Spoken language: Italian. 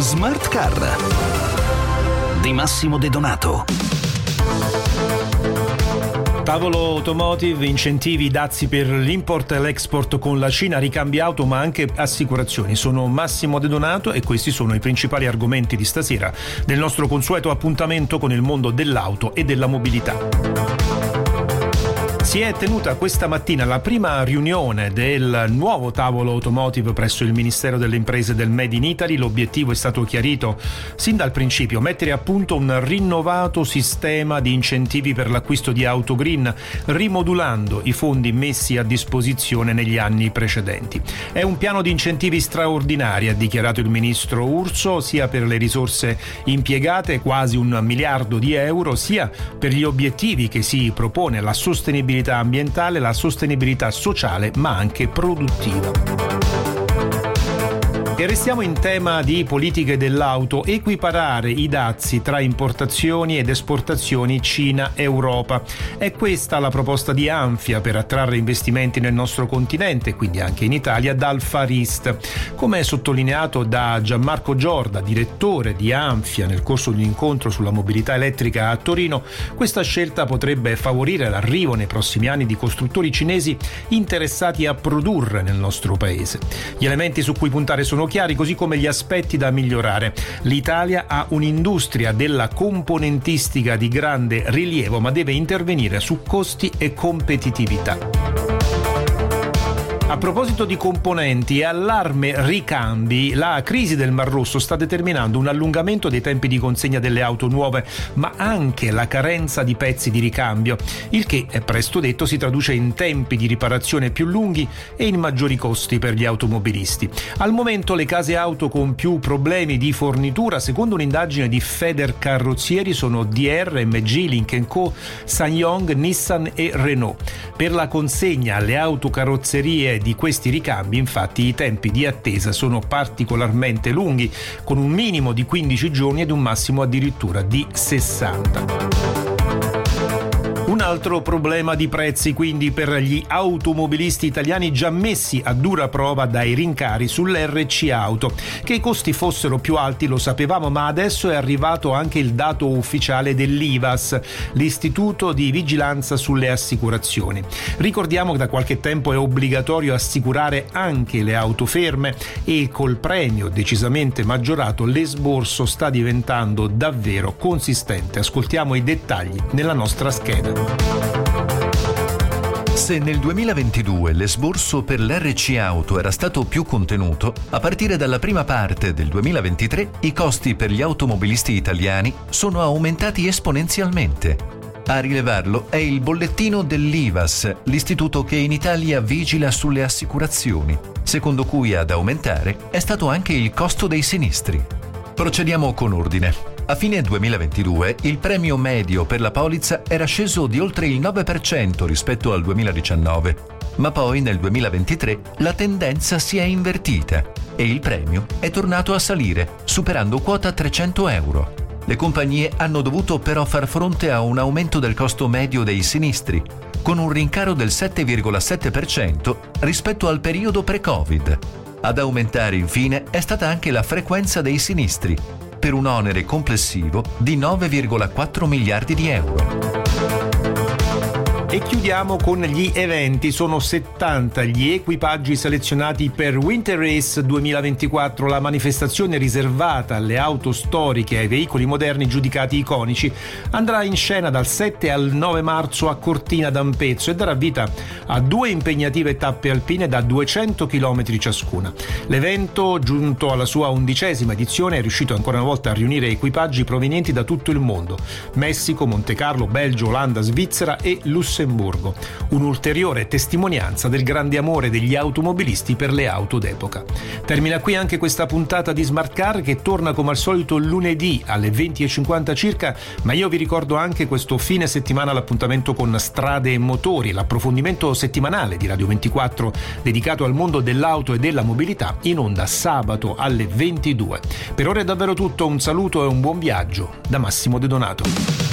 Smart Car di Massimo De Donato. Tavolo Automotive, incentivi, dazi per l'import e l'export con la Cina, ricambi auto ma anche assicurazioni. Sono Massimo De Donato e questi sono i principali argomenti di stasera del nostro consueto appuntamento con il mondo dell'auto e della mobilità. Si è tenuta questa mattina la prima riunione del nuovo tavolo automotive presso il Ministero delle Imprese del Made in Italy. L'obiettivo è stato chiarito sin dal principio: mettere a punto un rinnovato sistema di incentivi per l'acquisto di auto green, rimodulando i fondi messi a disposizione negli anni precedenti. È un piano di incentivi straordinari, ha dichiarato il ministro Urso, sia per le risorse impiegate, quasi 1 miliardo di euro, sia per gli obiettivi che si propone, la sostenibilità ambientale, la sostenibilità sociale ma anche produttiva. E restiamo in tema di politiche dell'auto: equiparare i dazi tra importazioni ed esportazioni Cina-Europa. È questa la proposta di Anfia per attrarre investimenti nel nostro continente, quindi anche in Italia, dal Far East. Come è sottolineato da Gianmarco Giorda, direttore di Anfia, nel corso di un incontro sulla mobilità elettrica a Torino, questa scelta potrebbe favorire l'arrivo nei prossimi anni di costruttori cinesi interessati a produrre nel nostro paese. Gli elementi su cui puntare sono chiari, così come gli aspetti da migliorare. L'Italia ha un'industria della componentistica di grande rilievo, ma deve intervenire su costi e competitività. A proposito di componenti e allarme ricambi, la crisi del Mar Rosso sta determinando un allungamento dei tempi di consegna delle auto nuove, ma anche la carenza di pezzi di ricambio, il che, è presto detto, si traduce in tempi di riparazione più lunghi e in maggiori costi per gli automobilisti. Al momento le case auto con più problemi di fornitura, secondo un'indagine di Feder Carrozzieri, sono DR, MG, Lynk & Co, SsangYong, Nissan e Renault. Per la consegna alle autocarrozzerie di questi ricambi, infatti, i tempi di attesa sono particolarmente lunghi, con un minimo di 15 giorni ed un massimo addirittura di 60. Un altro problema di prezzi quindi per gli automobilisti italiani, già messi a dura prova dai rincari sull'RC Auto. Che i costi fossero più alti lo sapevamo, ma adesso è arrivato anche il dato ufficiale dell'IVAS, l'Istituto di Vigilanza sulle Assicurazioni. Ricordiamo che da qualche tempo è obbligatorio assicurare anche le auto ferme e col premio decisamente maggiorato l'esborso sta diventando davvero consistente. Ascoltiamo i dettagli nella nostra scheda. Se nel 2022 l'esborso per l'RC Auto era stato più contenuto, a partire dalla prima parte del 2023 i costi per gli automobilisti italiani sono aumentati esponenzialmente. A rilevarlo è il bollettino dell'IVAS, l'istituto che in Italia vigila sulle assicurazioni, secondo cui ad aumentare è stato anche il costo dei sinistri. Procediamo con ordine. A fine 2022 il premio medio per la polizza era sceso di oltre il 9% rispetto al 2019, ma poi nel 2023 la tendenza si è invertita e il premio è tornato a salire, superando quota 300 euro. Le compagnie hanno dovuto però far fronte a un aumento del costo medio dei sinistri, con un rincaro del 7,7% rispetto al periodo pre-Covid. Ad aumentare infine è stata anche la frequenza dei sinistri, per un onere complessivo di 9,4 miliardi di euro. E chiudiamo con gli eventi. Sono 70 gli equipaggi selezionati per Winter Race 2024, la manifestazione riservata alle auto storiche e ai veicoli moderni giudicati iconici. Andrà in scena dal 7 al 9 marzo a Cortina d'Ampezzo e darà vita a 2 impegnative tappe alpine da 200 km ciascuna. L'evento, giunto alla sua 11ª edizione, è riuscito ancora una volta a riunire equipaggi provenienti da tutto il mondo: Messico, Montecarlo, Belgio, Olanda, Svizzera e Lussemburgo. Un'ulteriore testimonianza del grande amore degli automobilisti per le auto d'epoca. Termina qui anche questa puntata di Smart Car, che torna come al solito lunedì alle 20:50 circa, ma io vi ricordo anche questo fine settimana l'appuntamento con Strade e Motori, l'approfondimento settimanale di Radio 24 dedicato al mondo dell'auto e della mobilità, in onda sabato alle 22. Per ora è davvero tutto, un saluto e un buon viaggio da Massimo De Donato.